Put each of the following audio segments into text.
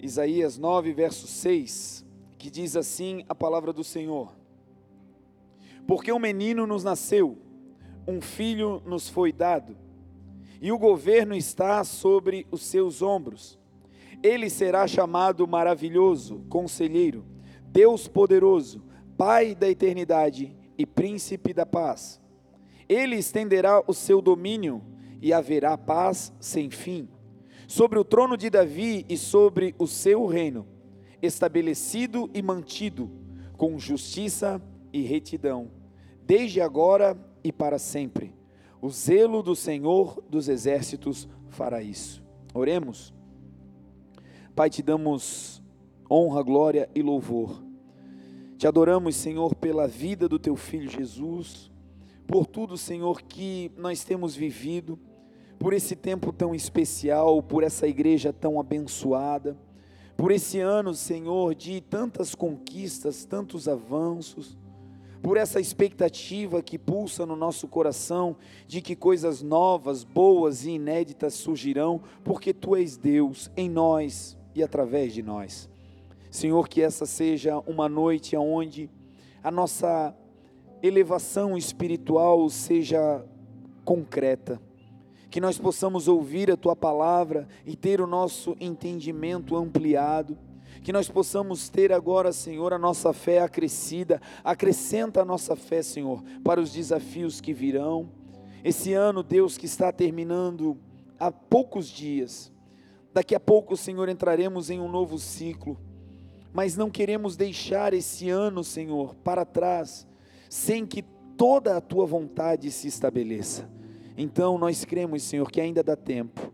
Isaías 9, verso 6, que diz assim a palavra do Senhor: Porque um menino nos nasceu, um filho nos foi dado, e o governo está sobre os seus ombros. Ele será chamado Maravilhoso, Conselheiro, Deus Poderoso, Pai da Eternidade e Príncipe da Paz. Ele estenderá o seu domínio e haverá paz sem fim, sobre o trono de Davi e sobre o seu reino, estabelecido e mantido com justiça e retidão, desde agora e para sempre. O zelo do Senhor dos exércitos fará isso. Oremos. Pai, te damos honra, glória e louvor. Te adoramos, Senhor, pela vida do teu Filho Jesus, por tudo, Senhor, que nós temos vivido, por esse tempo tão especial, por essa igreja tão abençoada, por esse ano, Senhor, de tantas conquistas, tantos avanços, por essa expectativa que pulsa no nosso coração, de que coisas novas, boas e inéditas surgirão, porque Tu és Deus em nós e através de nós. Senhor, que essa seja uma noite onde a nossa elevação espiritual seja concreta, que nós possamos ouvir a Tua palavra e ter o nosso entendimento ampliado, que nós possamos ter agora, Senhor, a nossa fé acrescida. Acrescenta a nossa fé, Senhor, para os desafios que virão. Esse ano, Deus, que está terminando há poucos dias, daqui a pouco, Senhor, entraremos em um novo ciclo, mas não queremos deixar esse ano, Senhor, para trás, sem que toda a Tua vontade se estabeleça. Então nós cremos, Senhor, que ainda dá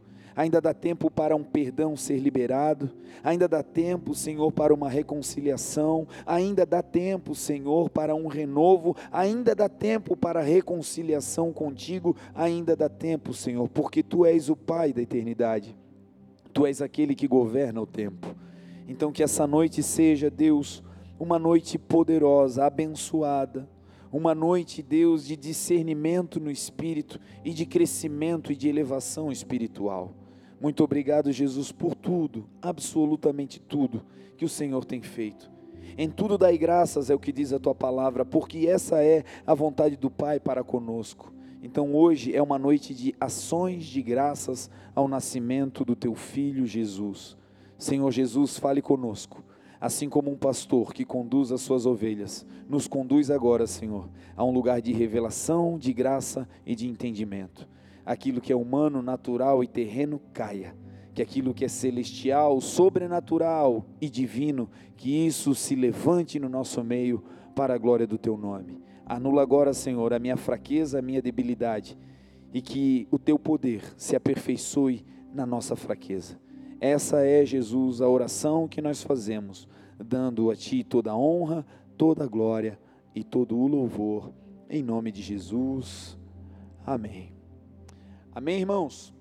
tempo para um perdão ser liberado, ainda dá tempo, Senhor, para uma reconciliação, ainda dá tempo, Senhor, para um renovo, ainda dá tempo para a reconciliação contigo, ainda dá tempo, Senhor, porque Tu és o Pai da eternidade, Tu és aquele que governa o tempo. Então que essa noite seja, Deus, uma noite poderosa, abençoada, uma noite, Deus, de discernimento no Espírito e de crescimento e de elevação espiritual. Muito obrigado, Jesus, por tudo, absolutamente tudo que o Senhor tem feito. Em tudo dai graças, é o que diz a Tua palavra, porque essa é a vontade do Pai para conosco. Então hoje é uma noite de ações de graças ao nascimento do Teu Filho Jesus. Senhor Jesus, fale conosco. Assim como um pastor que conduz as suas ovelhas, nos conduz agora, Senhor, a um lugar de revelação, de graça e de entendimento. Aquilo que é humano, natural e terreno caia, que aquilo que é celestial, sobrenatural e divino, que isso se levante no nosso meio para a glória do Teu nome. Anula agora, Senhor, a minha fraqueza, a minha debilidade, e que o Teu poder se aperfeiçoe na nossa fraqueza. Essa é, Jesus, a oração que nós fazemos, dando a Ti toda a honra, toda a glória e todo o louvor, em nome de Jesus. Amém. Amém, irmãos?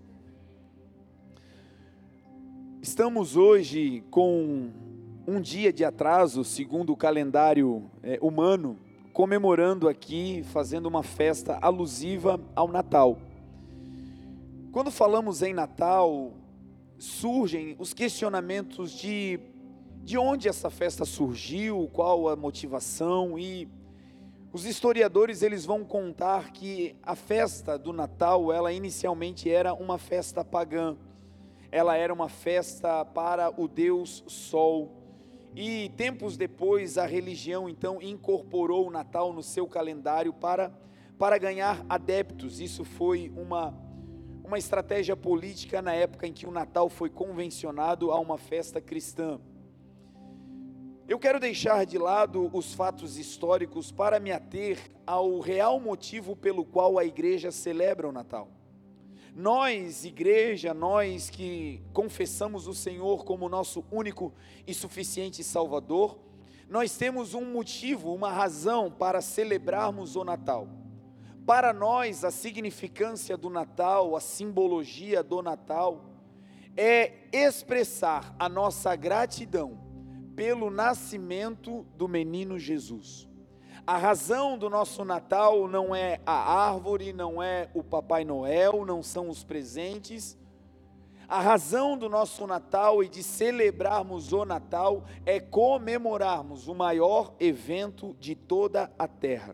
Estamos hoje com um dia de atraso, segundo o calendário humano, comemorando aqui, fazendo uma festa alusiva ao Natal. Quando falamos em Natal, surgem os questionamentos de onde essa festa surgiu, qual a motivação, e os historiadores eles vão contar que a festa do Natal, ela inicialmente era uma festa pagã, ela era uma festa para o Deus Sol, e tempos depois a religião então incorporou o Natal no seu calendário para ganhar adeptos. Isso foi uma estratégia política na época em que o Natal foi convencionado a uma festa cristã. Eu quero deixar de lado os fatos históricos para me ater ao real motivo pelo qual a igreja celebra o Natal. Nós, igreja, nós que confessamos o Senhor como nosso único e suficiente Salvador, nós temos um motivo, uma razão para celebrarmos o Natal. Para nós, a significância do Natal, a simbologia do Natal, é expressar a nossa gratidão pelo nascimento do menino Jesus. A razão do nosso Natal não é a árvore, não é o Papai Noel, não são os presentes. A razão do nosso Natal e de celebrarmos o Natal é comemorarmos o maior evento de toda a terra.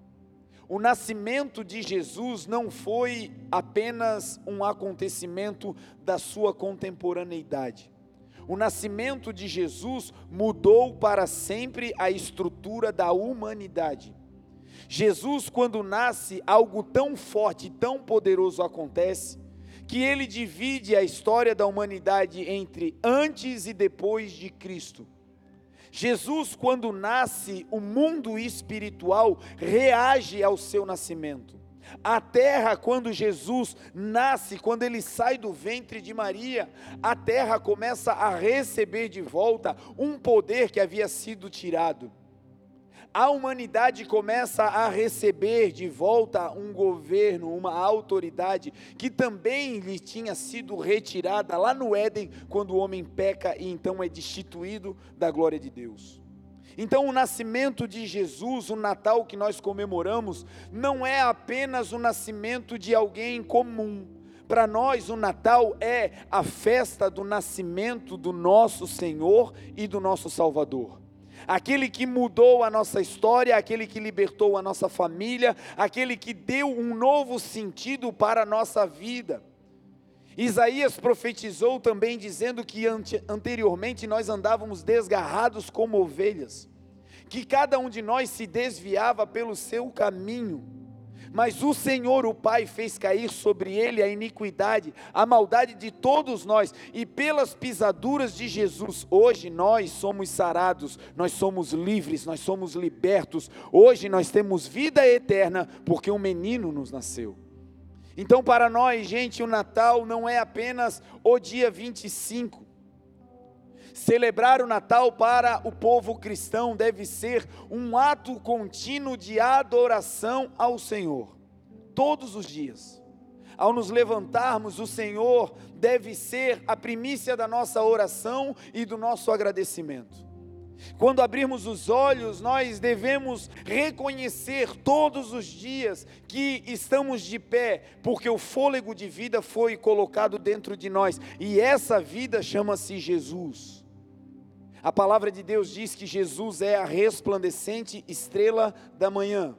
O nascimento de Jesus não foi apenas um acontecimento da sua contemporaneidade. O nascimento de Jesus mudou para sempre a estrutura da humanidade. Jesus, quando nasce, algo tão forte, tão poderoso acontece, que ele divide a história da humanidade entre antes e depois de Cristo. Jesus, quando nasce, o mundo espiritual reage ao seu nascimento. A terra, quando Jesus nasce, quando ele sai do ventre de Maria, a terra começa a receber de volta um poder que havia sido tirado. A humanidade começa a receber de volta um governo, uma autoridade que também lhe tinha sido retirada lá no Éden, quando o homem peca e então é destituído da glória de Deus. Então o nascimento de Jesus, o Natal que nós comemoramos, não é apenas o nascimento de alguém comum. Para nós o Natal é a festa do nascimento do nosso Senhor e do nosso Salvador. Aquele que mudou a nossa história, aquele que libertou a nossa família, aquele que deu um novo sentido para a nossa vida. Isaías profetizou também dizendo que anteriormente nós andávamos desgarrados como ovelhas, que cada um de nós se desviava pelo seu caminho, mas o Senhor, o Pai, fez cair sobre ele a iniquidade, a maldade de todos nós, e pelas pisaduras de Jesus, hoje nós somos sarados, nós somos livres, nós somos libertos, hoje nós temos vida eterna, porque um menino nos nasceu. Então para nós, gente, o Natal não é apenas o dia 25, celebrar o Natal para o povo cristão deve ser um ato contínuo de adoração ao Senhor, todos os dias. Ao nos levantarmos, o Senhor deve ser a primícia da nossa oração e do nosso agradecimento. Quando abrirmos os olhos, nós devemos reconhecer todos os dias que estamos de pé, porque o fôlego de vida foi colocado dentro de nós, e essa vida chama-se Jesus. A palavra de Deus diz que Jesus é a resplandecente estrela da manhã.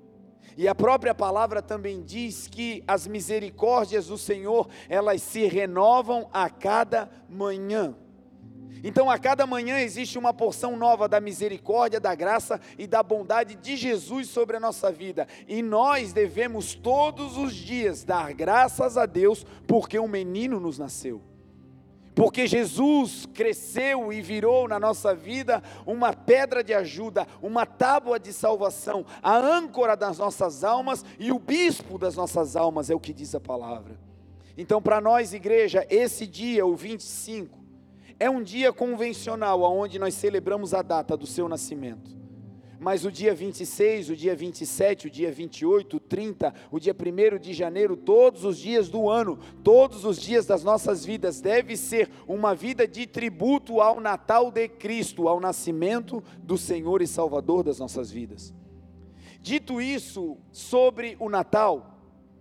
E a própria palavra também diz que as misericórdias do Senhor, elas se renovam a cada manhã. Então a cada manhã existe uma porção nova da misericórdia, da graça e da bondade de Jesus sobre a nossa vida. E nós devemos todos os dias dar graças a Deus, porque um menino nos nasceu. Porque Jesus cresceu e virou na nossa vida uma pedra de ajuda, uma tábua de salvação, a âncora das nossas almas e o bispo das nossas almas, é o que diz a palavra. Então para nós, igreja, esse dia, o 25, é um dia convencional, onde nós celebramos a data do seu nascimento. Mas o dia 26, o dia 27, o dia 28, o 30, o dia 1º de janeiro, todos os dias do ano, todos os dias das nossas vidas, deve ser uma vida de tributo ao Natal de Cristo, ao nascimento do Senhor e Salvador das nossas vidas. Dito isso, sobre o Natal,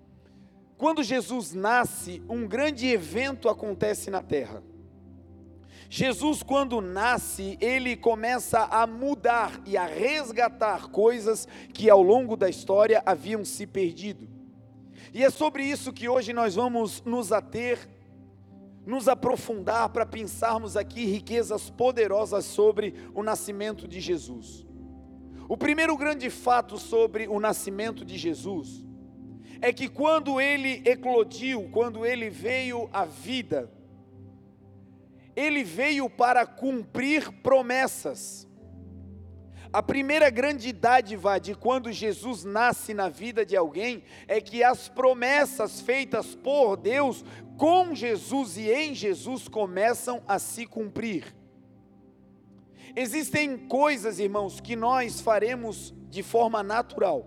quando Jesus nasce, um grande evento acontece na terra. Jesus, quando nasce, ele começa a mudar e a resgatar coisas que ao longo da história haviam se perdido. E é sobre isso que hoje nós vamos nos ater, nos aprofundar para pensarmos aqui riquezas poderosas sobre o nascimento de Jesus. O primeiro grande fato sobre o nascimento de Jesus é que quando ele eclodiu, quando ele veio à vida, ele veio para cumprir promessas. A primeira grande dádiva de quando Jesus nasce na vida de alguém é que as promessas feitas por Deus com Jesus e em Jesus começam a se cumprir. Existem coisas, irmãos, que nós faremos de forma natural,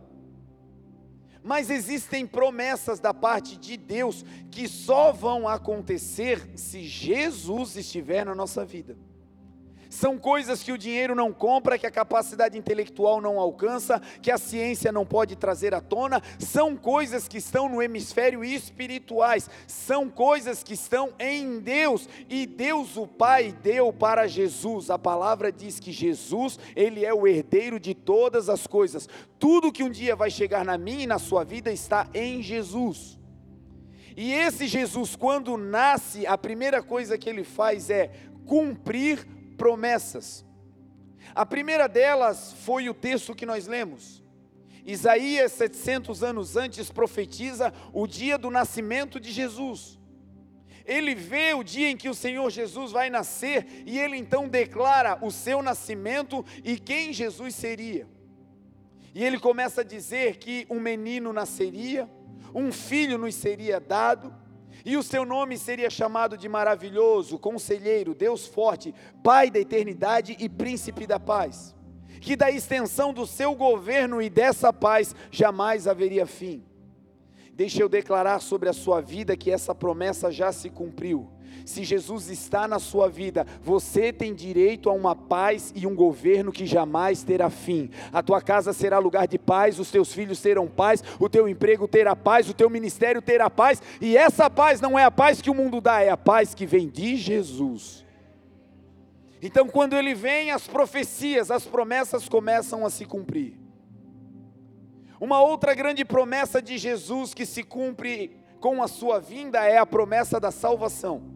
mas existem promessas da parte de Deus que só vão acontecer se Jesus estiver na nossa vida. São coisas que o dinheiro não compra, que a capacidade intelectual não alcança, que a ciência não pode trazer à tona. São coisas que estão no hemisfério espirituais, são coisas que estão em Deus, e Deus o Pai deu para Jesus. A palavra diz que Jesus, Ele é o herdeiro de todas as coisas. Tudo que um dia vai chegar na minha e na sua vida está em Jesus. E esse Jesus, quando nasce, a primeira coisa que Ele faz é cumprir promessas. A primeira delas foi o texto que nós lemos. Isaías, 700 anos antes, profetiza o dia do nascimento de Jesus. Ele vê o dia em que o Senhor Jesus vai nascer, e ele então declara o seu nascimento e quem Jesus seria. E ele começa a dizer que um menino nasceria, um filho nos seria dado, e o seu nome seria chamado de Maravilhoso, Conselheiro, Deus Forte, Pai da Eternidade e Príncipe da Paz. Que da extensão do seu governo e dessa paz jamais haveria fim. Deixa eu declarar sobre a sua vida que essa promessa já se cumpriu. Se Jesus está na sua vida, você tem direito a uma paz e um governo que jamais terá fim. A tua casa será lugar de paz, os teus filhos terão paz, o teu emprego terá paz, o teu ministério terá paz, e essa paz não é a paz que o mundo dá, é a paz que vem de Jesus. Então, quando ele vem, as profecias, as promessas começam a se cumprir. Uma outra grande promessa de Jesus que se cumpre com a sua vinda é a promessa da salvação.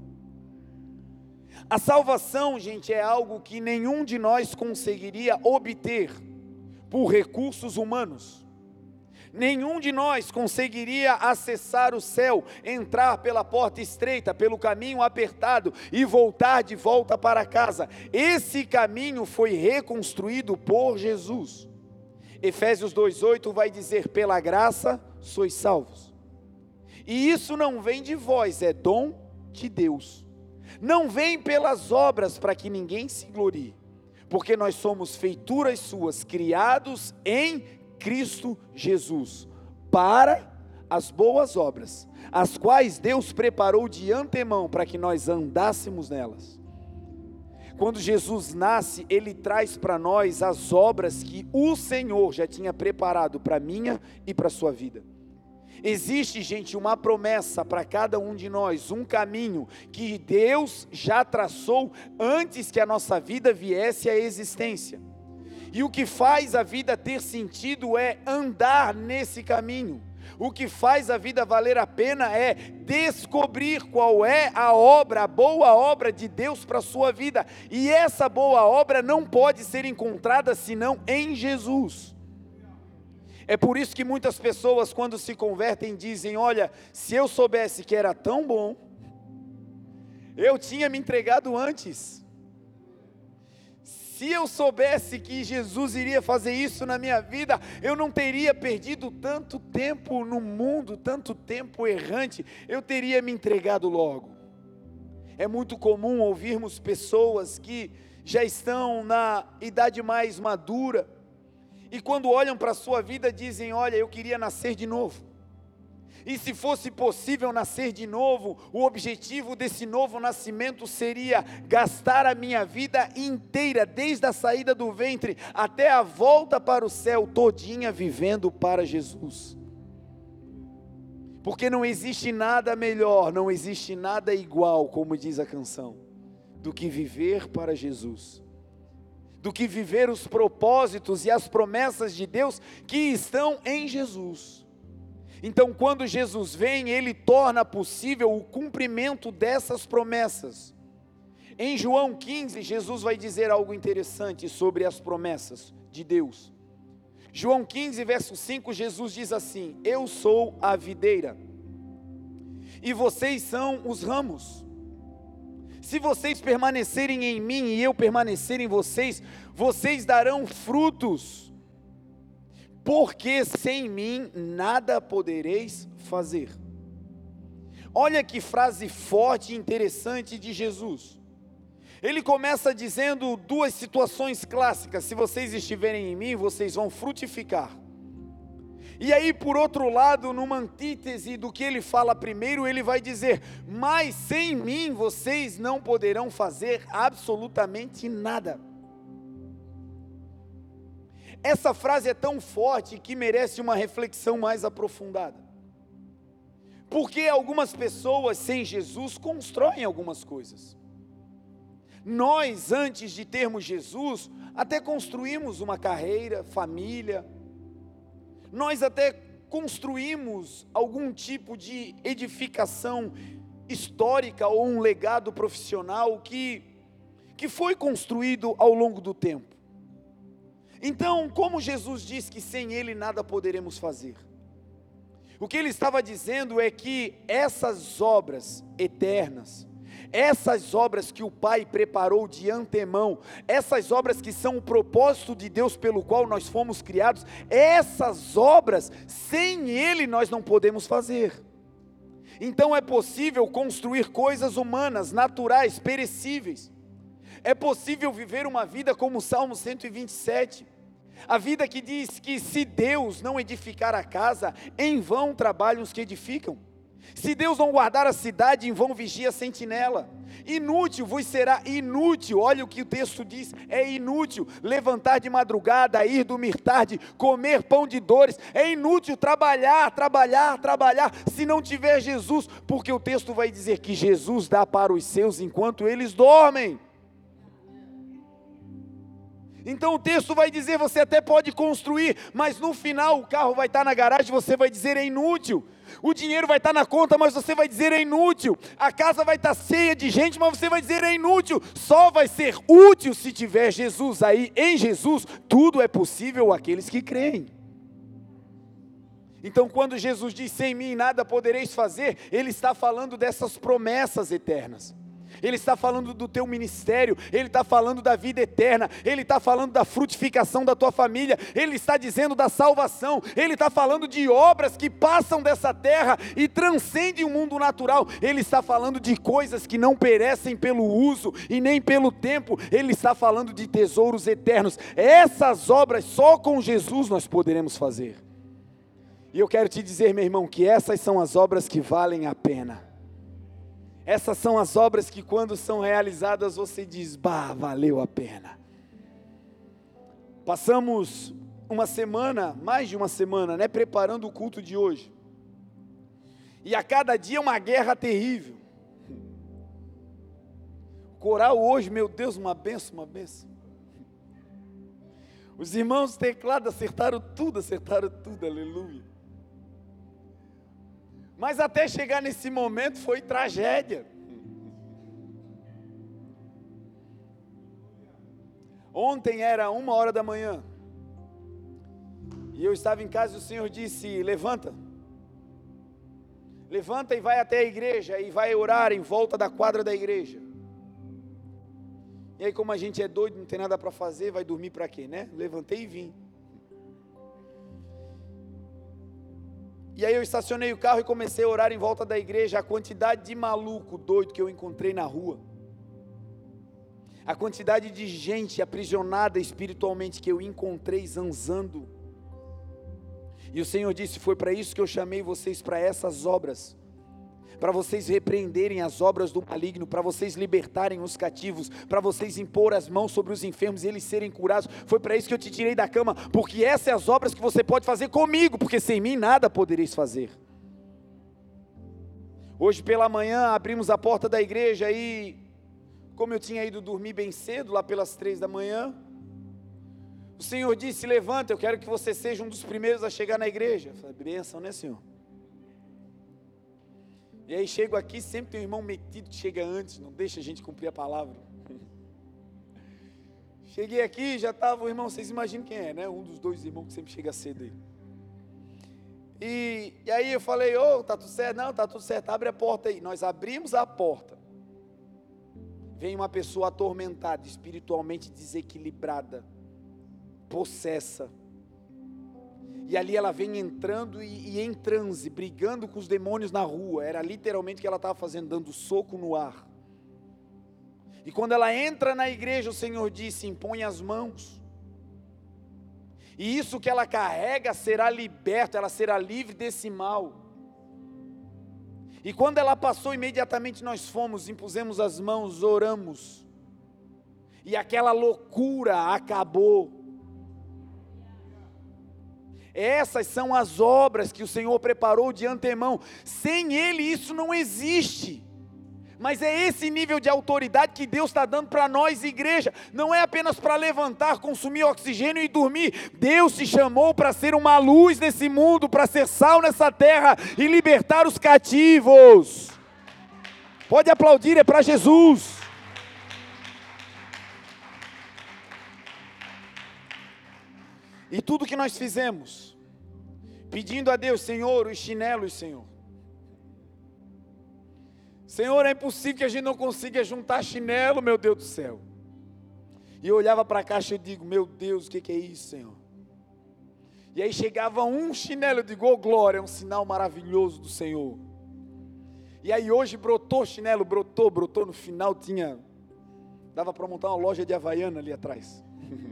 A salvação, gente, é algo que nenhum de nós conseguiria obter por recursos humanos. Nenhum de nós conseguiria acessar o céu, entrar pela porta estreita, pelo caminho apertado e voltar de volta para casa. Esse caminho foi reconstruído por Jesus. Efésios 2:8 vai dizer: pela graça sois salvos. E isso não vem de vós, é dom de Deus. Não vem pelas obras para que ninguém se glorie, porque nós somos feituras suas, criados em Cristo Jesus, para as boas obras, as quais Deus preparou de antemão para que nós andássemos nelas. Quando Jesus nasce, Ele traz para nós as obras que o Senhor já tinha preparado para a minha e para a sua vida. Existe, gente, uma promessa para cada um de nós, um caminho que Deus já traçou antes que a nossa vida viesse à existência. E o que faz a vida ter sentido é andar nesse caminho. O que faz a vida valer a pena é descobrir qual é a obra, a boa obra de Deus para a sua vida. E essa boa obra não pode ser encontrada senão em Jesus. É por isso que muitas pessoas, quando se convertem, dizem: olha, se eu soubesse que era tão bom, eu tinha me entregado antes. Se eu soubesse que Jesus iria fazer isso na minha vida, eu não teria perdido tanto tempo no mundo, tanto tempo errante, eu teria me entregado logo. É muito comum ouvirmos pessoas que já estão na idade mais madura, e quando olham para a sua vida dizem: olha, eu queria nascer de novo. E se fosse possível nascer de novo, o objetivo desse novo nascimento seria gastar a minha vida inteira, desde a saída do ventre até a volta para o céu, todinha vivendo para Jesus. Porque não existe nada melhor, não existe nada igual, como diz a canção, do que viver para Jesus. Do que viver os propósitos e as promessas de Deus que estão em Jesus. Então, quando Jesus vem, Ele torna possível o cumprimento dessas promessas. Em João 15, Jesus vai dizer algo interessante sobre as promessas de Deus. João 15, verso 5, Jesus diz assim: eu sou a videira, e vocês são os ramos. Se vocês permanecerem em mim e eu permanecer em vocês, vocês darão frutos, porque sem mim nada podereis fazer. Olha que frase forte e interessante de Jesus. Ele começa dizendo duas situações clássicas: se vocês estiverem em mim, vocês vão frutificar. E aí, por outro lado, numa antítese do que ele fala primeiro, ele vai dizer: mas sem mim vocês não poderão fazer absolutamente nada. Essa frase é tão forte que merece uma reflexão mais aprofundada. Porque algumas pessoas sem Jesus constroem algumas coisas. Nós, antes de termos Jesus, até construímos uma carreira, família. Nós até construímos algum tipo de edificação histórica ou um legado profissional que foi construído ao longo do tempo. Então, como Jesus diz que sem Ele nada poderemos fazer? O que Ele estava dizendo é que essas obras eternas, essas obras que o Pai preparou de antemão, essas obras que são o propósito de Deus pelo qual nós fomos criados, essas obras, sem Ele nós não podemos fazer. Então é possível construir coisas humanas, naturais, perecíveis. É possível viver uma vida como o Salmo 127, a vida que diz que se Deus não edificar a casa, em vão trabalham os que edificam. Se Deus não guardar a cidade, em vão vigia a sentinela. Inútil vos será, inútil, olha o que o texto diz, é inútil levantar de madrugada, ir dormir tarde, comer pão de dores, é inútil trabalhar, se não tiver Jesus, porque o texto vai dizer que Jesus dá para os seus enquanto eles dormem. Então o texto vai dizer, você até pode construir, mas no final o carro vai estar na garagem, você vai dizer é inútil. O dinheiro vai estar na conta, mas você vai dizer é inútil. A casa vai estar cheia de gente, mas você vai dizer é inútil. Só vai ser útil se tiver Jesus. Aí em Jesus tudo é possível àqueles que creem. Então quando Jesus diz sem mim nada podereis fazer, Ele está falando dessas promessas eternas. Ele está falando do teu ministério, Ele está falando da vida eterna, Ele está falando da frutificação da tua família, Ele está dizendo da salvação, Ele está falando de obras que passam dessa terra e transcendem o mundo natural, Ele está falando de coisas que não perecem pelo uso e nem pelo tempo, Ele está falando de tesouros eternos. Essas obras só com Jesus nós poderemos fazer. E eu quero te dizer, meu irmão, que essas são as obras que valem a pena. Essas são as obras que quando são realizadas você diz, bah, valeu a pena. Passamos uma semana, mais de uma semana, né, preparando o culto de hoje. E a cada dia uma guerra terrível. O coral hoje, meu Deus, uma benção, uma benção. Os irmãos teclados acertaram tudo, aleluia. Mas até chegar nesse momento foi tragédia. Ontem era 1h da manhã. E eu estava em casa e o Senhor disse, levanta. Levanta e vai até a igreja e vai orar em volta da quadra da igreja. E aí como a gente é doido, não tem nada para fazer, vai dormir para quê, né? Levantei e vim. E aí eu estacionei o carro e comecei a orar em volta da igreja. A quantidade de maluco doido que eu encontrei na rua, a quantidade de gente aprisionada espiritualmente que eu encontrei zanzando. E o Senhor disse, foi para isso que eu chamei vocês para essas obras, para vocês repreenderem as obras do maligno, para vocês libertarem os cativos, para vocês impor as mãos sobre os enfermos e eles serem curados. Foi para isso que eu te tirei da cama, porque essas são as obras que você pode fazer comigo, porque sem mim nada podereis fazer. Hoje pela manhã abrimos a porta da igreja e, como eu tinha ido dormir bem cedo, lá pelas 3 da manhã, o Senhor disse, levanta, eu quero que você seja um dos primeiros a chegar na igreja. Eu falei, bênção, né, Senhor? E aí chego aqui, sempre tem um irmão metido que chega antes, não deixa a gente cumprir a palavra. Cheguei aqui, já estava o irmão, vocês imaginam quem é, né? Um dos 2 irmãos que sempre chega cedo aí. E aí eu falei, tá tudo certo? Não, tá tudo certo, abre a porta aí. Nós abrimos a porta. Vem uma pessoa atormentada, espiritualmente desequilibrada, possessa. E ali ela vem entrando e em transe, brigando com os demônios na rua. Era literalmente o que ela estava fazendo, dando soco no ar. E quando ela entra na igreja, o Senhor disse, impõe as mãos. E isso que ela carrega será liberto, ela será livre desse mal. E quando ela passou, imediatamente nós fomos, impusemos as mãos, oramos. E aquela loucura acabou. Essas são as obras que o Senhor preparou de antemão. Sem Ele isso não existe. Mas é esse nível de autoridade que Deus está dando para nós, igreja. Não é apenas para levantar, consumir oxigênio e dormir. Deus te chamou para ser uma luz nesse mundo, para ser sal nessa terra e libertar os cativos. Pode aplaudir, é para Jesus. E tudo que nós fizemos, pedindo a Deus, Senhor, os chinelos, Senhor. Senhor, é impossível que a gente não consiga juntar chinelo, meu Deus do céu. E eu olhava para a caixa e digo, meu Deus, o que é isso, Senhor? E aí chegava um chinelo, eu digo, oh glória, é um sinal maravilhoso do Senhor. E aí hoje brotou chinelo, brotou, no final dava para montar uma loja de Havaiana ali atrás.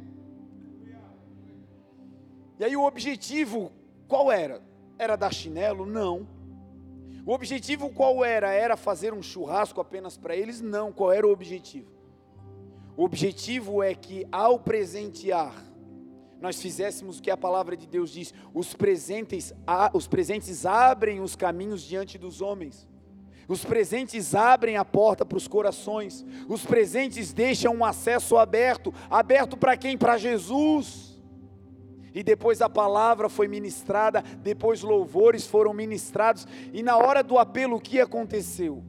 E aí o objetivo, qual era? Era dar chinelo? Não. O objetivo qual era? Era fazer um churrasco apenas para eles? Não. Qual era o objetivo? O objetivo é que ao presentear, nós fizéssemos o que a palavra de Deus diz, os presentes abrem os caminhos diante dos homens. Os presentes abrem a porta para os corações. Os presentes deixam um acesso aberto. Aberto para quem? Para Jesus. E depois a palavra foi ministrada, depois louvores foram ministrados, e na hora do apelo o que aconteceu?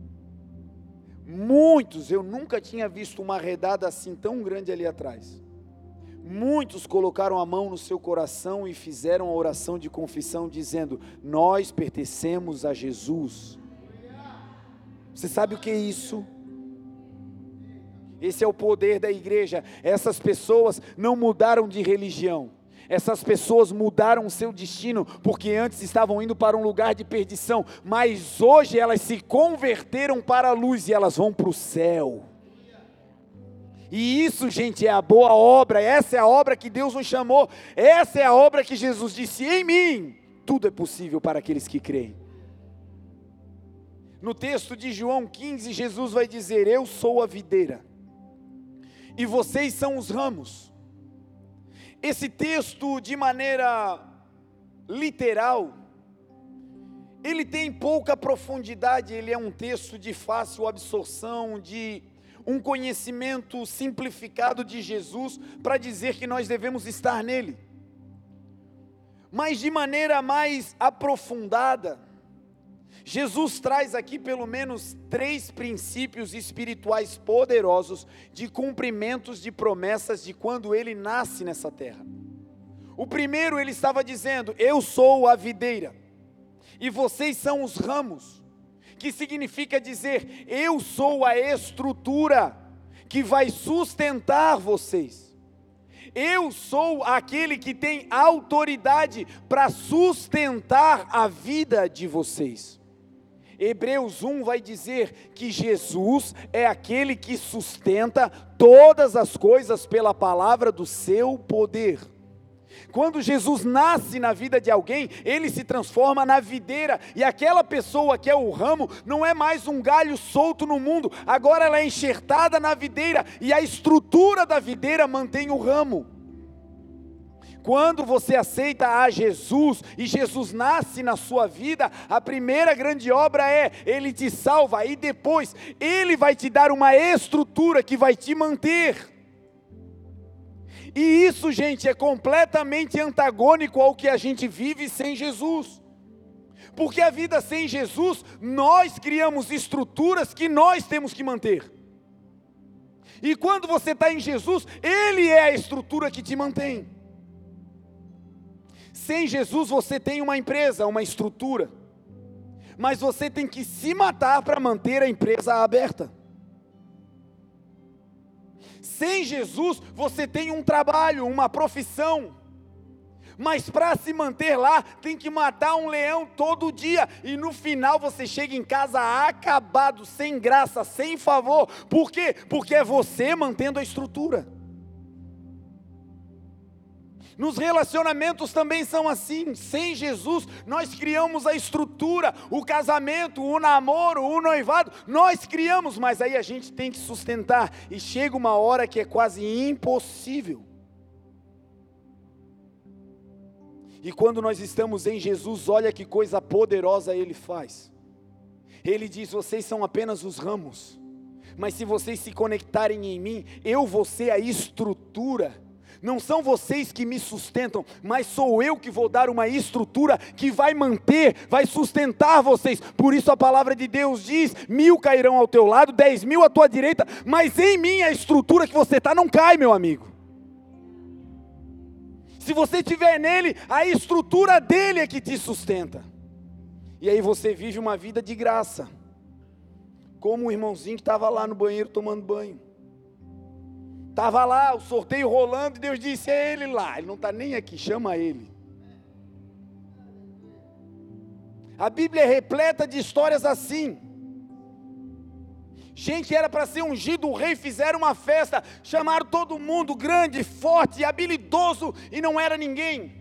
Muitos, eu nunca tinha visto uma redada assim tão grande ali atrás. Muitos colocaram a mão no seu coração e fizeram a oração de confissão dizendo, nós pertencemos a Jesus. Você sabe o que é isso? Esse é o poder da igreja. Essas pessoas não mudaram de religião. Essas pessoas mudaram o seu destino, porque antes estavam indo para um lugar de perdição, mas hoje elas se converteram para a luz e elas vão para o céu. E isso, gente, é a boa obra, essa é a obra que Deus nos chamou, essa é a obra que Jesus disse, em mim, tudo é possível para aqueles que creem. No texto de João 15, Jesus vai dizer, eu sou a videira, e vocês são os ramos. Esse texto, de maneira literal, ele tem pouca profundidade, ele é um texto de fácil absorção, de um conhecimento simplificado de Jesus, para dizer que nós devemos estar nele. Mas de maneira mais aprofundada, Jesus traz aqui pelo menos 3 princípios espirituais poderosos de cumprimentos de promessas de quando ele nasce nessa terra. O primeiro, ele estava dizendo, eu sou a videira, e vocês são os ramos, que significa dizer, eu sou a estrutura que vai sustentar vocês. Eu sou aquele que tem autoridade para sustentar a vida de vocês. Hebreus 1 vai dizer que Jesus é aquele que sustenta todas as coisas pela palavra do seu poder. Quando Jesus nasce na vida de alguém, ele se transforma na videira, e aquela pessoa que é o ramo, não é mais um galho solto no mundo, agora ela é enxertada na videira, e a estrutura da videira mantém o ramo. Quando você aceita a Jesus, e Jesus nasce na sua vida, a primeira grande obra é, ele te salva, e depois, ele vai te dar uma estrutura que vai te manter. E isso, gente, é completamente antagônico ao que a gente vive sem Jesus. Porque a vida sem Jesus, nós criamos estruturas que nós temos que manter. E quando você está em Jesus, ele é a estrutura que te mantém. Sem Jesus você tem uma empresa, uma estrutura, mas você tem que se matar para manter a empresa aberta. Sem Jesus você tem um trabalho, uma profissão, mas para se manter lá tem que matar um leão todo dia, e no final você chega em casa acabado, sem graça, sem favor. Por quê? Porque é você mantendo a estrutura. Nos relacionamentos também são assim. Sem Jesus, nós criamos a estrutura, o casamento, o namoro, o noivado, nós criamos, mas aí a gente tem que sustentar, e chega uma hora que é quase impossível. E quando nós estamos em Jesus, olha que coisa poderosa Ele faz. Ele diz: vocês são apenas os ramos, mas se vocês se conectarem em mim, eu vou ser a estrutura. Não são vocês que me sustentam, mas sou eu que vou dar uma estrutura que vai manter, vai sustentar vocês. Por isso a palavra de Deus diz: 1000 cairão ao teu lado, 10.000 à tua direita, mas em mim a estrutura que você está não cai, meu amigo. Se você estiver nele, a estrutura dele é que te sustenta. E aí você vive uma vida de graça, como o irmãozinho que estava lá no banheiro tomando banho. Estava lá, o sorteio rolando, e Deus disse: é ele lá, ele não está nem aqui, chama ele. A Bíblia é repleta de histórias assim. Gente que era para ser ungido, o rei, fizeram uma festa, chamaram todo mundo, grande, forte, habilidoso, e não era ninguém.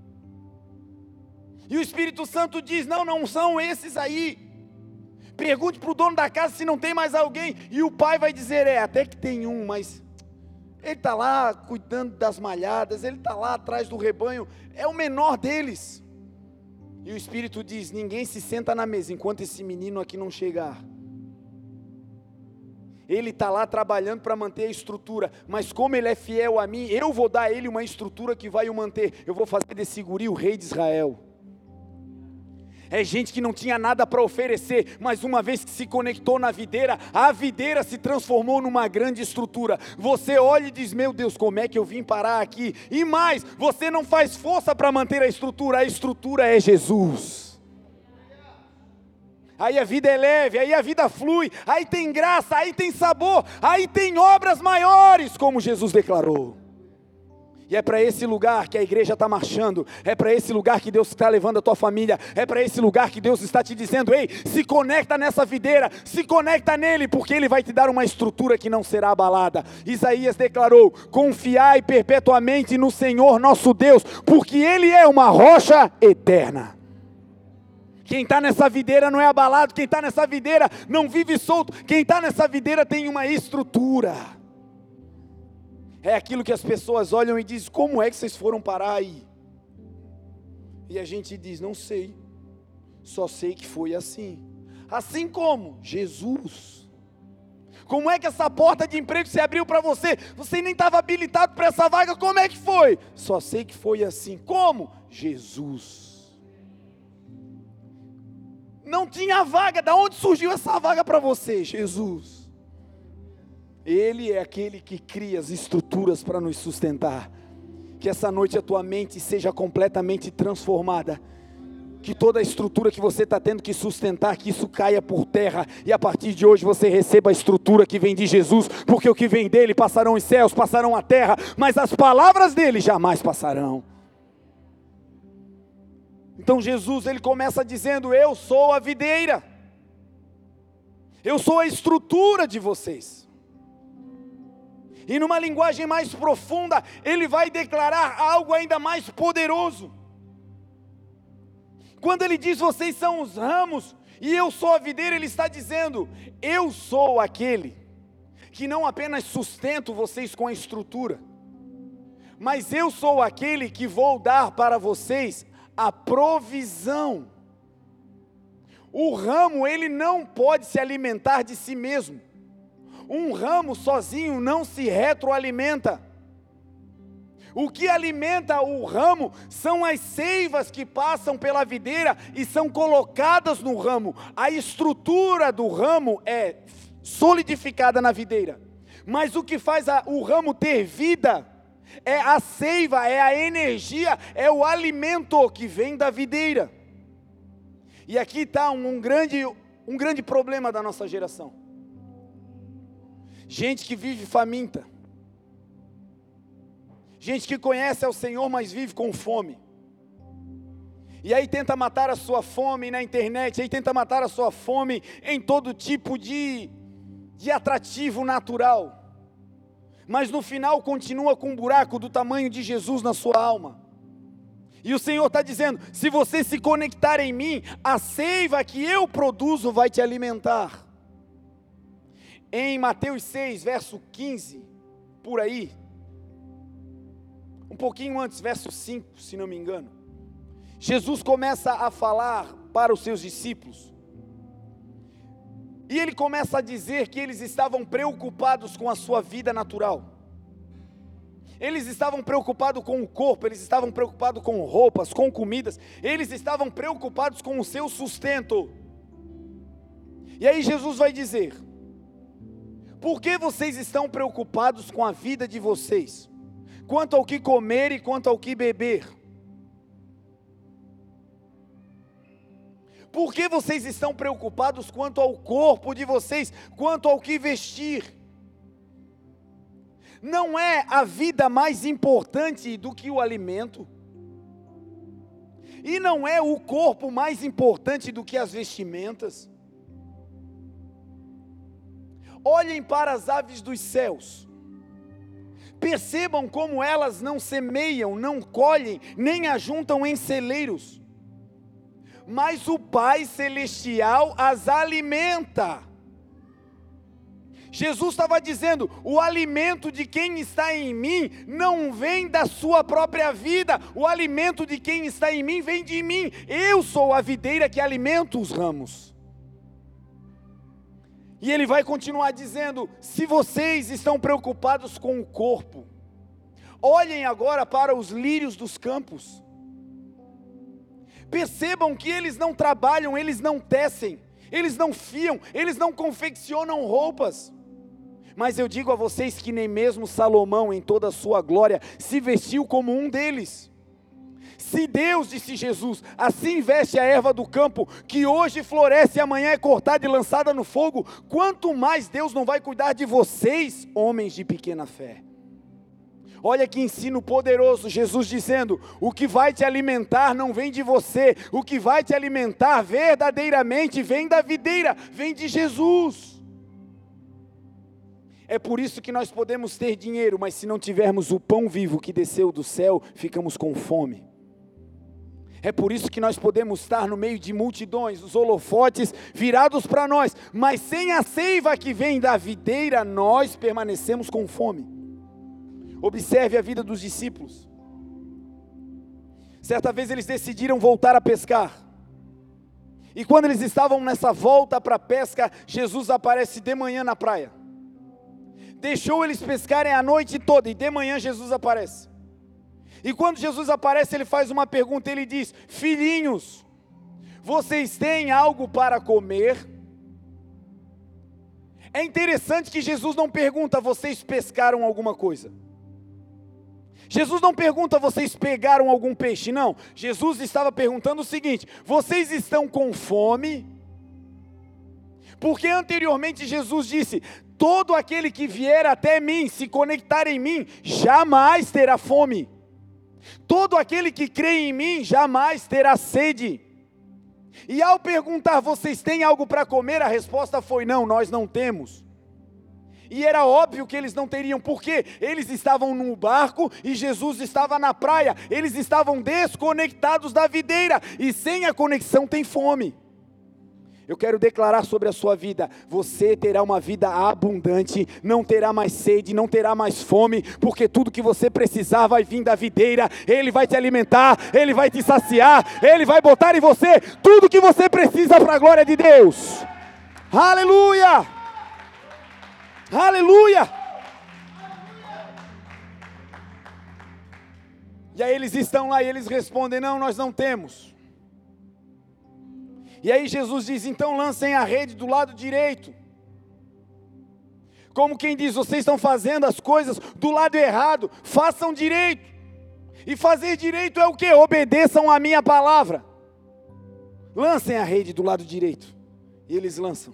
E o Espírito Santo diz: não são esses aí. Pergunte para o dono da casa se não tem mais alguém, e o pai vai dizer: até que tem um, mas ele está lá cuidando das malhadas, ele está lá atrás do rebanho, é o menor deles. E o Espírito diz: ninguém se senta na mesa enquanto esse menino aqui não chegar. Ele está lá trabalhando para manter a estrutura, mas como ele é fiel a mim, eu vou dar a ele uma estrutura que vai o manter. Eu vou fazer desse guri o rei de Israel. É gente que não tinha nada para oferecer, mas uma vez que se conectou na videira, a videira se transformou numa grande estrutura. Você olha e diz: meu Deus, como é que eu vim parar aqui? E mais, você não faz força para manter a estrutura é Jesus. Aí a vida é leve, aí a vida flui, aí tem graça, aí tem sabor, aí tem obras maiores, como Jesus declarou. E é para esse lugar que a igreja está marchando, é para esse lugar que Deus está levando a tua família, é para esse lugar que Deus está te dizendo: ei, se conecta nessa videira, se conecta nele, porque ele vai te dar uma estrutura que não será abalada. Isaías declarou: confiai perpetuamente no Senhor nosso Deus, porque ele é uma rocha eterna. Quem está nessa videira não é abalado, quem está nessa videira não vive solto, quem está nessa videira tem uma estrutura. É aquilo que as pessoas olham e dizem: como é que vocês foram parar aí? E a gente diz: não sei, só sei que foi assim. Assim como Jesus. Como é que essa porta de emprego se abriu para você? Você nem estava habilitado para essa vaga, como é que foi? Só sei que foi assim. Como? Jesus. Não tinha vaga, da onde surgiu essa vaga para você? Jesus. Ele é aquele que cria as estruturas para nos sustentar. Que essa noite a tua mente seja completamente transformada. Que toda a estrutura que você está tendo que sustentar, que isso caia por terra. E a partir de hoje você receba a estrutura que vem de Jesus. Porque o que vem dele passarão os céus, passarão a terra. Mas as palavras dele jamais passarão. Então Jesus, ele começa dizendo: eu sou a videira. Eu sou a estrutura de vocês. E numa linguagem mais profunda, ele vai declarar algo ainda mais poderoso. Quando ele diz: vocês são os ramos e eu sou a videira, ele está dizendo: eu sou aquele que não apenas sustento vocês com a estrutura, mas eu sou aquele que vou dar para vocês a provisão. O ramo, ele não pode se alimentar de si mesmo. Um ramo sozinho não se retroalimenta. O que alimenta o ramo são as seivas que passam pela videira e são colocadas no ramo. A estrutura do ramo é solidificada na videira. Mas o que faz o ramo ter vida é a seiva, é a energia, é o alimento que vem da videira. E aqui está um grande problema da nossa geração. Gente que vive faminta. Gente que conhece ao Senhor, mas vive com fome. E aí tenta matar a sua fome na internet, aí tenta matar a sua fome em todo tipo de atrativo natural. mas no final continua com um buraco do tamanho de Jesus na sua alma. E o Senhor está dizendo: se você se conectar em mim, a seiva que eu produzo vai te alimentar. Em Mateus 6, verso 15, por aí, um pouquinho antes, verso 5, se não me engano, Jesus começa a falar para os seus discípulos, e ele começa a dizer que eles estavam preocupados com a sua vida natural. Eles estavam preocupados com o corpo, eles estavam preocupados com roupas, com comidas, eles estavam preocupados com o seu sustento. E aí Jesus vai dizer: por que vocês estão preocupados com a vida de vocês, quanto ao que comer e quanto ao que beber? Por que vocês estão preocupados quanto ao corpo de vocês, quanto ao que vestir? Não é a vida mais importante do que o alimento? E não é o corpo mais importante do que as vestimentas? Olhem para as aves dos céus, percebam como elas não semeiam, não colhem, nem ajuntam em celeiros, mas o Pai Celestial as alimenta. Jesus estava dizendo: o alimento de quem está em mim não vem da sua própria vida, o alimento de quem está em mim vem de mim. Eu sou a videira que alimenta os ramos. E ele vai continuar dizendo: se vocês estão preocupados com o corpo, olhem agora para os lírios dos campos. Percebam que eles não trabalham, eles não tecem, eles não fiam, eles não confeccionam roupas. Mas eu digo a vocês que nem mesmo Salomão, em toda a sua glória, se vestiu como um deles. Se Deus, disse Jesus, assim veste a erva do campo, que hoje floresce e amanhã é cortada e lançada no fogo, quanto mais Deus não vai cuidar de vocês, homens de pequena fé. Olha que ensino poderoso, Jesus dizendo: o que vai te alimentar não vem de você, o que vai te alimentar verdadeiramente vem da videira, vem de Jesus. É por isso que nós podemos ter dinheiro, mas se não tivermos o pão vivo que desceu do céu, ficamos com fome. É por isso que nós podemos estar no meio de multidões, os holofotes virados para nós, mas sem a seiva que vem da videira, nós permanecemos com fome. Observe a vida dos discípulos. Certa vez eles decidiram voltar a pescar, e quando eles estavam nessa volta para a pesca, Jesus aparece de manhã na praia. Deixou eles pescarem a noite toda, e de manhã Jesus aparece. E quando Jesus aparece, ele faz uma pergunta, ele diz: filhinhos, vocês têm algo para comer? É interessante que Jesus não pergunta: vocês pescaram alguma coisa? Jesus não pergunta: vocês pegaram algum peixe? Não, Jesus estava perguntando o seguinte: vocês estão com fome? Porque anteriormente Jesus disse: todo aquele que vier até mim, se conectar em mim, jamais terá fome. Todo aquele que crê em mim, jamais terá sede. E ao perguntar: vocês têm algo para comer? A resposta foi: não, nós não temos. E era óbvio que eles não teriam, porque eles estavam no barco e Jesus estava na praia. Eles estavam desconectados da videira, e sem a conexão tem fome. Eu quero declarar sobre a sua vida: você terá uma vida abundante, não terá mais sede, não terá mais fome, porque tudo que você precisar vai vir da videira. Ele vai te alimentar, Ele vai te saciar, Ele vai botar em você tudo que você precisa para a glória de Deus. Aleluia! Aleluia! E aí eles estão lá e eles respondem: não, nós não temos. E aí Jesus diz: então lancem a rede do lado direito. Como quem diz: vocês estão fazendo as coisas do lado errado, façam direito. E fazer direito é o quê? Obedeçam a minha palavra. Lancem a rede do lado direito. E eles lançam.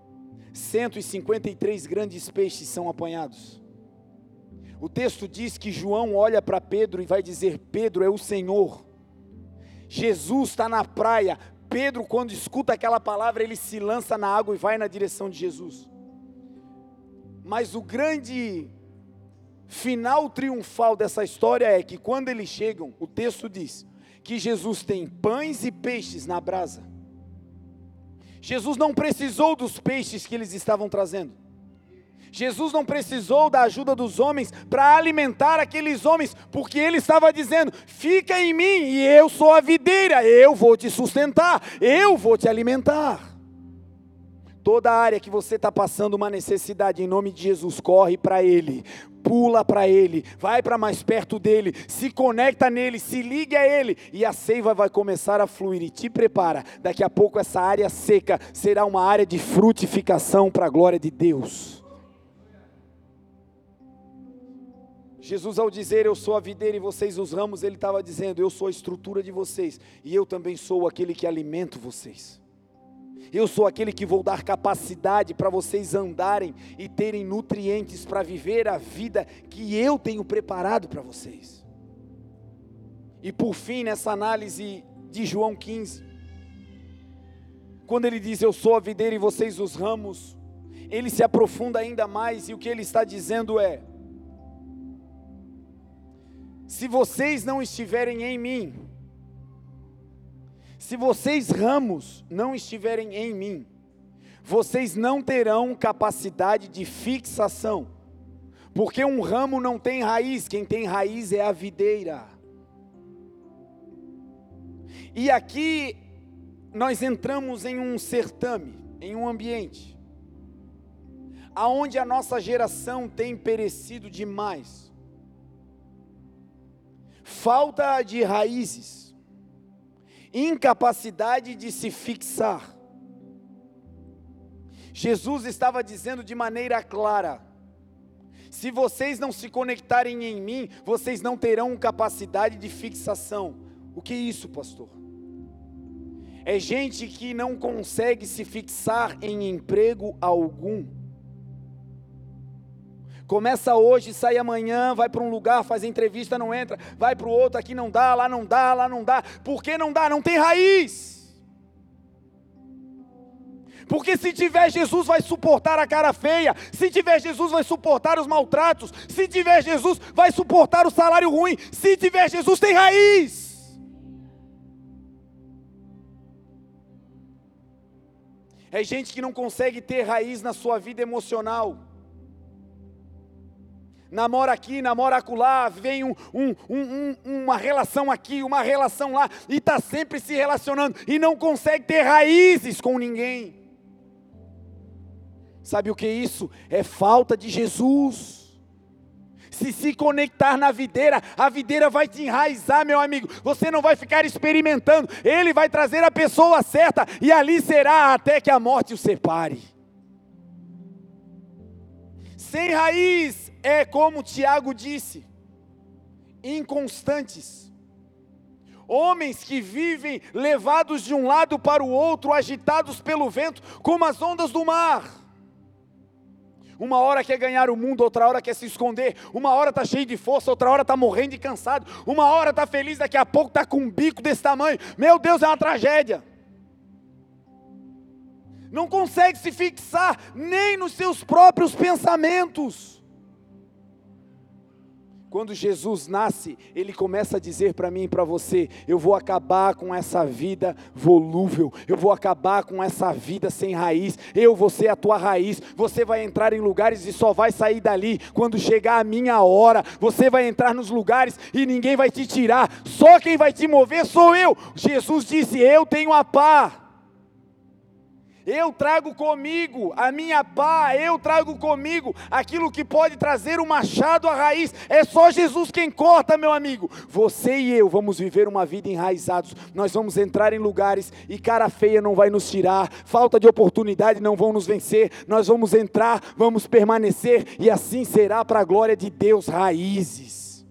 153 grandes peixes são apanhados. O texto diz que João olha para Pedro e vai dizer: Pedro, é o Senhor. Jesus está na praia. Pedro, quando escuta aquela palavra, ele se lança na água e vai na direção de Jesus. Mas o grande final triunfal dessa história é que quando eles chegam, o texto diz que Jesus tem pães e peixes na brasa. Jesus não precisou dos peixes que eles estavam trazendo. Jesus não precisou da ajuda dos homens para alimentar aqueles homens, porque ele estava dizendo: fica em mim e eu sou a videira, eu vou te sustentar, eu vou te alimentar. Toda área que você está passando uma necessidade, em nome de Jesus, corre para Ele, pula para Ele, vai para mais perto dEle, se conecta nele, se liga a Ele, e a seiva vai começar a fluir, e te prepara, daqui a pouco essa área seca será uma área de frutificação para a glória de Deus. Jesus, ao dizer eu sou a videira e vocês os ramos, Ele estava dizendo: eu sou a estrutura de vocês, e eu também sou aquele que alimento vocês. Eu sou aquele que vou dar capacidade para vocês andarem e terem nutrientes para viver a vida que eu tenho preparado para vocês. E por fim, nessa análise de João 15, quando ele diz eu sou a videira e vocês os ramos, ele se aprofunda ainda mais, e o que ele está dizendo é: se vocês não estiverem em mim, se vocês ramos não estiverem em mim, vocês não terão capacidade de fixação, porque um ramo não tem raiz, quem tem raiz é a videira. E aqui nós entramos em um certame, em um ambiente, aonde a nossa geração tem perecido demais. Falta de raízes, incapacidade de se fixar. Jesus estava dizendo de maneira clara: se vocês não se conectarem em mim, vocês não terão capacidade de fixação. O que é isso, pastor? É gente que não consegue se fixar em emprego algum. Começa hoje, sai amanhã, vai para um lugar, faz entrevista, não entra, vai para o outro, aqui não dá, lá não dá, lá não dá. Por que não dá? Não tem raiz. Porque se tiver Jesus vai suportar a cara feia, se tiver Jesus vai suportar os maltratos, se tiver Jesus vai suportar o salário ruim, se tiver Jesus tem raiz. É gente que não consegue ter raiz na sua vida emocional. Namora aqui, namora acolá, vem uma relação aqui, uma relação lá, e está sempre se relacionando, e não consegue ter raízes com ninguém. Sabe o que é isso? É falta de Jesus. Se conectar na videira, a videira vai te enraizar, meu amigo, você não vai ficar experimentando, Ele vai trazer a pessoa certa, e ali será até que a morte o separe. Sem raiz, é como Tiago disse, inconstantes, homens que vivem levados de um lado para o outro, agitados pelo vento, como as ondas do mar. Uma hora quer ganhar o mundo, outra hora quer se esconder, uma hora está cheio de força, outra hora está morrendo de cansado, uma hora está feliz, daqui a pouco está com um bico desse tamanho. Meu Deus, é uma tragédia. Não consegue se fixar nem nos seus próprios pensamentos. Quando Jesus nasce, Ele começa a dizer para mim e para você: eu vou acabar com essa vida volúvel, eu vou acabar com essa vida sem raiz, eu vou ser a tua raiz, você vai entrar em lugares e só vai sair dali quando chegar a minha hora, você vai entrar nos lugares e ninguém vai te tirar, só quem vai te mover sou eu. Jesus disse: eu tenho a pá. Eu trago comigo a minha pá, eu trago comigo aquilo que pode trazer o machado à raiz. É só Jesus quem corta, meu amigo. Você e eu vamos viver uma vida enraizados. Nós vamos entrar em lugares e cara feia não vai nos tirar, falta de oportunidade não vão nos vencer. Nós vamos entrar, vamos permanecer, e assim será para a glória de Deus. Raízes.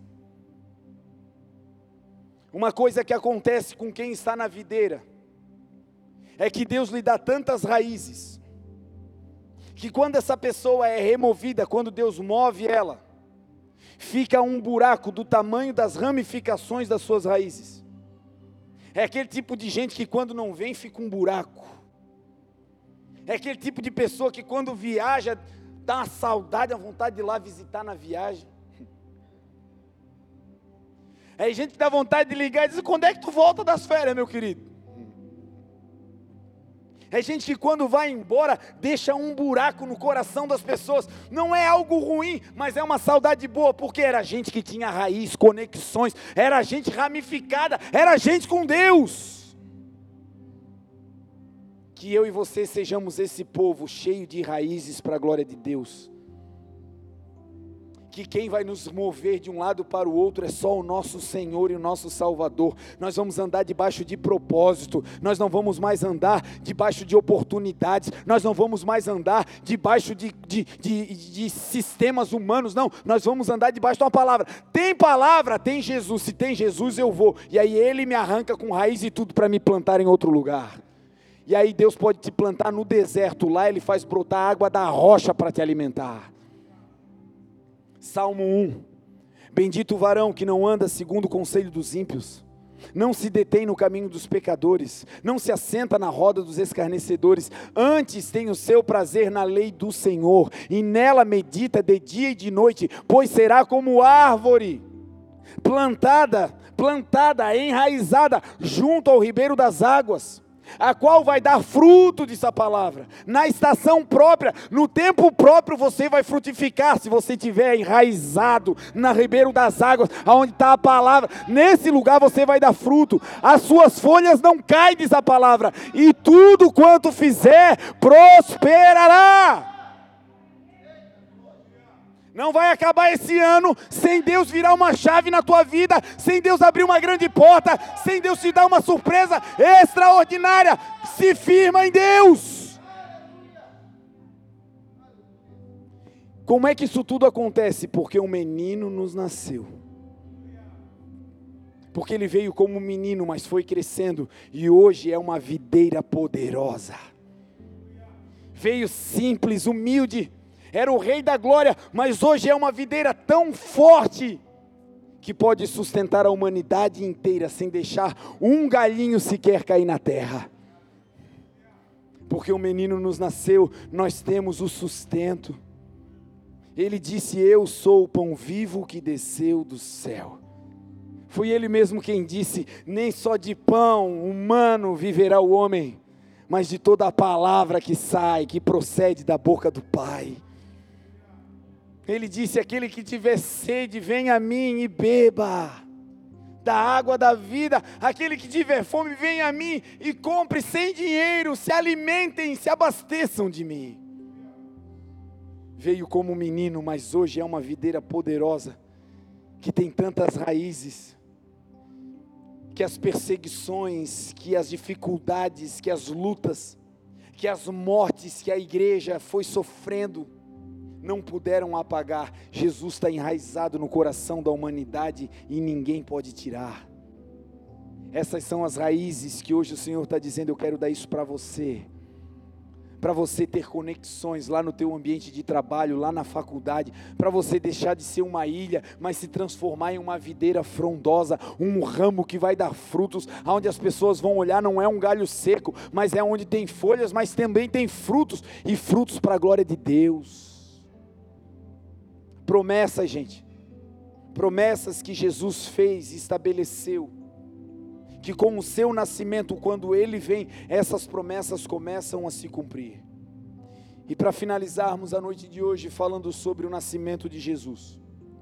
Uma coisa que acontece com quem está na videira é que Deus lhe dá tantas raízes, que quando essa pessoa é removida, quando Deus move ela, fica um buraco do tamanho das ramificações das suas raízes. É aquele tipo de gente que quando não vem fica um buraco. É aquele tipo de pessoa que quando viaja, dá uma saudade, a vontade de ir lá visitar na viagem. Aí a gente dá vontade de ligar e dizer, quando é que tu volta das férias, meu querido? É gente que quando vai embora, deixa um buraco no coração das pessoas. Não é algo ruim, mas é uma saudade boa, porque era gente que tinha raiz, conexões, era gente ramificada, era gente com Deus. Que eu e você sejamos esse povo cheio de raízes para a glória de Deus. Que quem vai nos mover de um lado para o outro é só o nosso Senhor e o nosso Salvador. Nós vamos andar debaixo de propósito, nós não vamos mais andar debaixo de oportunidades, nós não vamos mais andar debaixo de sistemas humanos, não, nós vamos andar debaixo de uma palavra. Tem palavra, tem Jesus, se tem Jesus eu vou, e aí Ele me arranca com raiz e tudo para me plantar em outro lugar. E aí Deus pode te plantar no deserto, lá Ele faz brotar água da rocha para te alimentar. Salmo 1, bendito o varão que não anda segundo o conselho dos ímpios, não se detém no caminho dos pecadores, não se assenta na roda dos escarnecedores, antes tem o seu prazer na lei do Senhor, e nela medita de dia e de noite, pois será como árvore, plantada, enraizada, junto ao ribeiro das águas, a qual vai dar fruto, diz a palavra, na estação própria, no tempo próprio você vai frutificar, se você estiver enraizado na ribeiro das águas, aonde está a palavra, nesse lugar você vai dar fruto, as suas folhas não caem, diz a palavra, e tudo quanto fizer, prosperará. Não vai acabar esse ano sem Deus virar uma chave na tua vida, sem Deus abrir uma grande porta, sem Deus te dar uma surpresa extraordinária. Se firma em Deus. Como é que isso tudo acontece? Porque um menino nos nasceu. Porque ele veio como um menino, mas foi crescendo e hoje é uma videira poderosa. Veio simples, humilde. Era o rei da glória, mas hoje é uma videira tão forte, que pode sustentar a humanidade inteira, sem deixar um galhinho sequer cair na terra. Porque o menino nos nasceu, nós temos o sustento. Ele disse, eu sou o pão vivo que desceu do céu. Foi ele mesmo quem disse, nem só de pão humano viverá o homem, mas de toda a palavra que sai, que procede da boca do Pai. Ele disse, aquele que tiver sede, venha a mim e beba da água da vida. Aquele que tiver fome, venha a mim e compre sem dinheiro, se alimentem, se abasteçam de mim. Veio como um menino, mas hoje é uma videira poderosa, que tem tantas raízes, que as perseguições, que as dificuldades, que as lutas, que as mortes que a igreja foi sofrendo, não puderam apagar. Jesus está enraizado no coração da humanidade e ninguém pode tirar. Essas são as raízes que hoje o Senhor está dizendo, eu quero dar isso para você ter conexões lá no teu ambiente de trabalho, lá na faculdade, para você deixar de ser uma ilha, mas se transformar em uma videira frondosa, um ramo que vai dar frutos, onde as pessoas vão olhar, não é um galho seco, mas é onde tem folhas, mas também tem frutos, e frutos para a glória de Deus. Promessas, gente, promessas que Jesus fez e estabeleceu, que com o seu nascimento, quando Ele vem, essas promessas começam a se cumprir. E para finalizarmos a noite de hoje, falando sobre o nascimento de Jesus,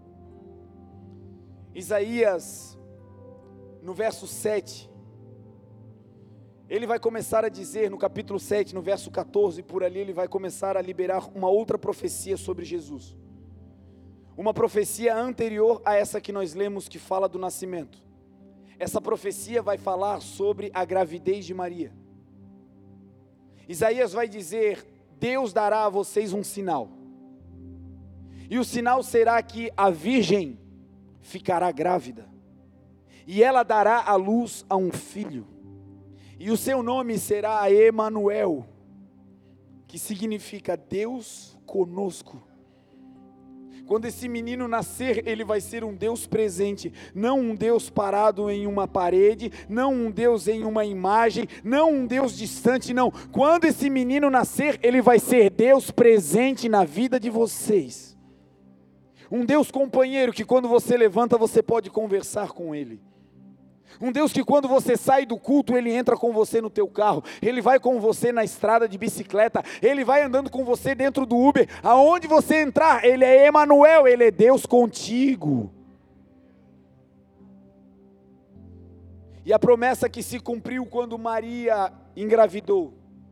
Isaías, no verso 7, ele vai começar a dizer, no capítulo 7, no verso 14, por ali ele vai começar a liberar uma outra profecia sobre Jesus. Uma profecia anterior a essa que nós lemos, que fala do nascimento. Essa profecia vai falar sobre a gravidez de Maria. Isaías vai dizer, Deus dará a vocês um sinal. E o sinal será que a virgem ficará grávida. E ela dará à luz a um filho. E o seu nome será Emanuel, que significa Deus conosco. Quando esse menino nascer, ele vai ser um Deus presente, não um Deus parado em uma parede, não um Deus em uma imagem, não um Deus distante, não. Quando esse menino nascer, ele vai ser Deus presente na vida de vocês. Um Deus companheiro que quando você levanta você pode conversar com Ele. Um Deus que quando você sai do culto Ele entra com você no teu carro. Ele vai com você na estrada de bicicleta. Ele vai andando com você dentro do Uber. Aonde você entrar, Ele é Emanuel, Ele é Deus contigo. E a promessa que se cumpriu quando Maria engravidou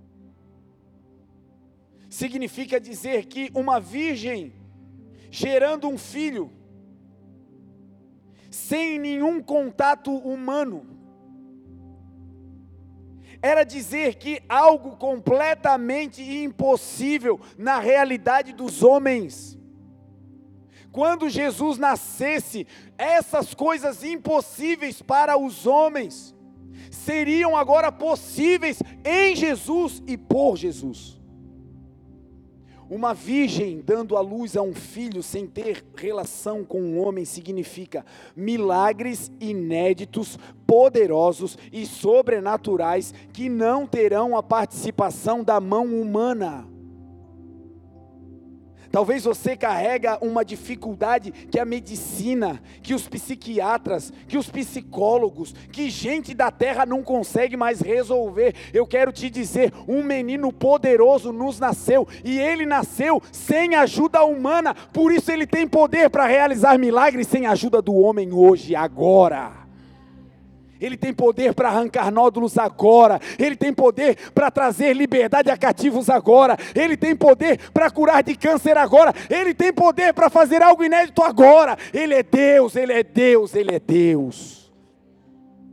significa dizer que uma virgem gerando um filho, sem nenhum contato humano, era dizer que algo completamente impossível na realidade dos homens. Quando Jesus nascesse, essas coisas impossíveis para os homens, seriam agora possíveis em Jesus e por Jesus. Uma virgem dando à luz a um filho sem ter relação com um homem significa milagres inéditos, poderosos e sobrenaturais que não terão a participação da mão humana. Talvez você carrega uma dificuldade que a medicina, que os psiquiatras, que os psicólogos, que gente da terra não consegue mais resolver. Eu quero te dizer, um menino poderoso nos nasceu, e ele nasceu sem ajuda humana, por isso ele tem poder para realizar milagres sem ajuda do homem hoje, agora. Ele tem poder para arrancar nódulos agora. Ele tem poder para trazer liberdade a cativos agora. Ele tem poder para curar de câncer agora. Ele tem poder para fazer algo inédito agora. Ele é Deus, Ele é Deus, Ele é Deus.